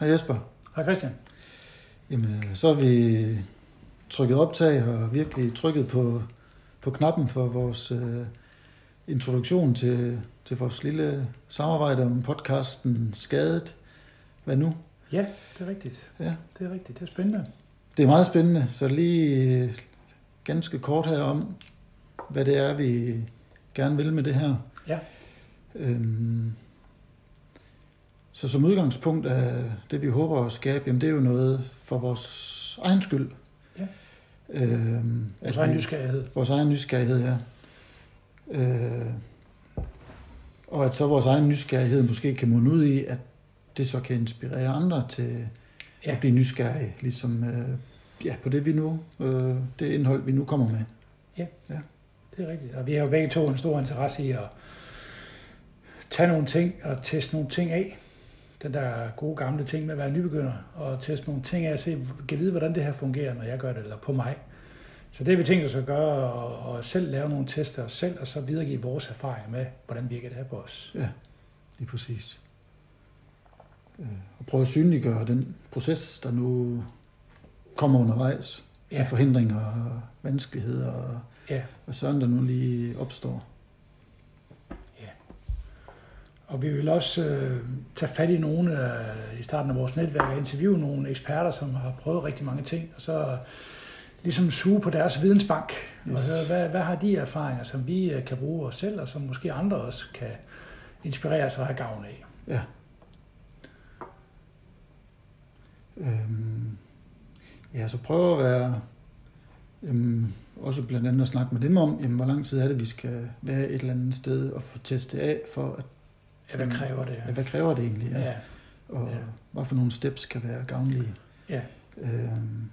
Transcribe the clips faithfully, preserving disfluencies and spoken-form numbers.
Hej Jesper. Hej Christian. Jamen, så har vi trykket optag og virkelig trykket på, på knappen for vores øh, introduktion til, til vores lille samarbejde om podcasten Skadet. Hvad nu? Ja, det er rigtigt. Ja. Det er rigtigt. Det er spændende. Det er meget spændende, så lige øh, ganske kort her om, hvad det er, vi gerne vil med det her. Ja. Øhm, så som udgangspunkt er det, vi håber at skabe, jamen det er jo noget for vores egen skyld. Ja. Øhm, vores egen nysgerrighed. Vores egen nysgerrighed, ja. Øh, og at så vores egen nysgerrighed måske kan munde ud i, at det så kan inspirere andre til ja. at blive nysgerrige, ligesom øh, ja, på det vi nu, øh, det indhold vi nu kommer med. Ja. ja, det er rigtigt. Og vi har jo begge to en stor interesse i at tage nogle ting og teste nogle ting af. Den der gode gamle ting med at være nybegynder, og teste nogle ting af, og se, kan vide, hvordan det her fungerer, når jeg gør det, eller på mig. Så det har vi tænkt os at gøre, og, og selv lave nogle tester os selv, og så videregive vores erfaringer med, hvordan virker det her på os. Ja, lige præcis. Og prøve at synliggøre den proces, der nu kommer undervejs, ja. Med forhindringer og vanskeligheder, og ja. Hvad sådan der nu lige opstår. Ja. Og vi vil også øh, tage fat i nogle øh, i starten af vores netværk og interviewe nogle eksperter, som har prøvet rigtig mange ting, og så ligesom suge på deres vidensbank, yes. og høre, hvad, hvad har de erfaringer, som vi kan bruge os selv, og som måske andre også kan inspirere sig og have gavn af. Ja. Øhm, ja, så prøv at være, øhm, også blandt andet at snakke med dem om, jamen, hvor lang tid er det, vi skal være et eller andet sted og få testet af, for at... Ja, hvad kræver det? Ja, hvad kræver det egentlig? Ja. Ja. Og ja. hvad for nogle steps kan være gavnlige? Ja. Øhm,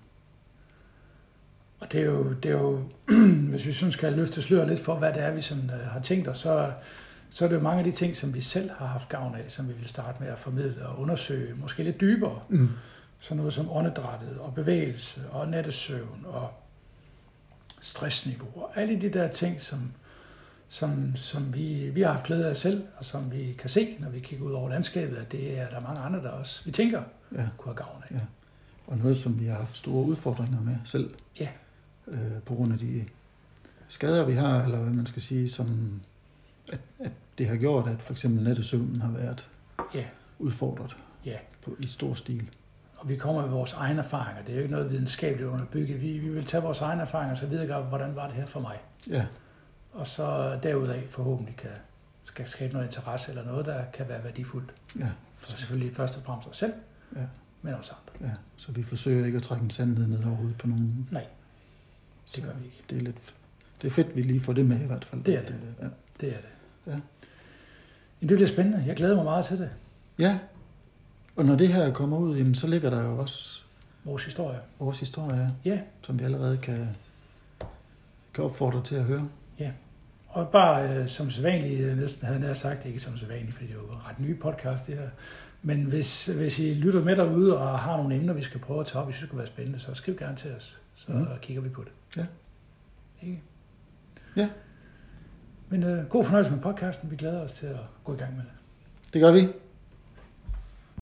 Og det er jo, det er jo hvis vi sådan skal løfte sløret lidt for, hvad det er, vi sådan, uh, har tænkt os, så, så er det jo mange af de ting, som vi selv har haft gavn af, som vi vil starte med at formidle og undersøge, måske lidt dybere. Mm. Sådan noget som åndedrættet og bevægelse og nattesøvn og stressniveau og alle de der ting, som, som, som vi, vi har haft glæde af selv, og som vi kan se, når vi kigger ud over landskabet, at det er der mange andre, der også, vi tænker, ja. kunne have gavn af. Ja. Og noget, som vi har haft store udfordringer med selv. Ja. Øh, på grund af de skader, vi har, eller hvad man skal sige, som at, at det har gjort, at for eksempel nattesøvnen har været ja. udfordret ja. på, i stor stil. Og vi kommer med vores egne erfaringer. Det er jo ikke noget videnskabeligt underbygget. Vi, vi vil tage vores egne erfaringer, så videre, hvordan var det her for mig. Ja. Og så derudaf forhåbentlig kan, skal skabe noget interesse, eller noget, der kan være værdifuldt. Ja. For selvfølgelig først og fremmest os selv, ja. men også andre. Ja. Så vi forsøger ikke at trække en sandhed ned over hovedet på nogen. Nej, det gør vi ikke. Det er, lidt, det er fedt, vi lige får det med i hvert fald. Det er det. Ja. Det er det. Ja. Det bliver spændende. Jeg glæder mig meget til det. Ja, og når det her kommer ud, jamen, så ligger der jo også vores historie. Vores historie, ja. Som vi allerede kan, kan opfordre til at høre. Ja, og bare øh, som sædvanligt, næsten havde jeg sagt, ikke som sædvanligt, fordi det er jo en ret ny podcast det her, men hvis, hvis I lytter med derude og har nogle emner, vi skal prøve at tage op, hvis det skulle være spændende, så skriv gerne til os, så mm. kigger vi på det. Ja. Ikke? Ja. Men øh, god fornøjelse med podcasten, vi glæder os til at gå i gang med det. Det gør vi.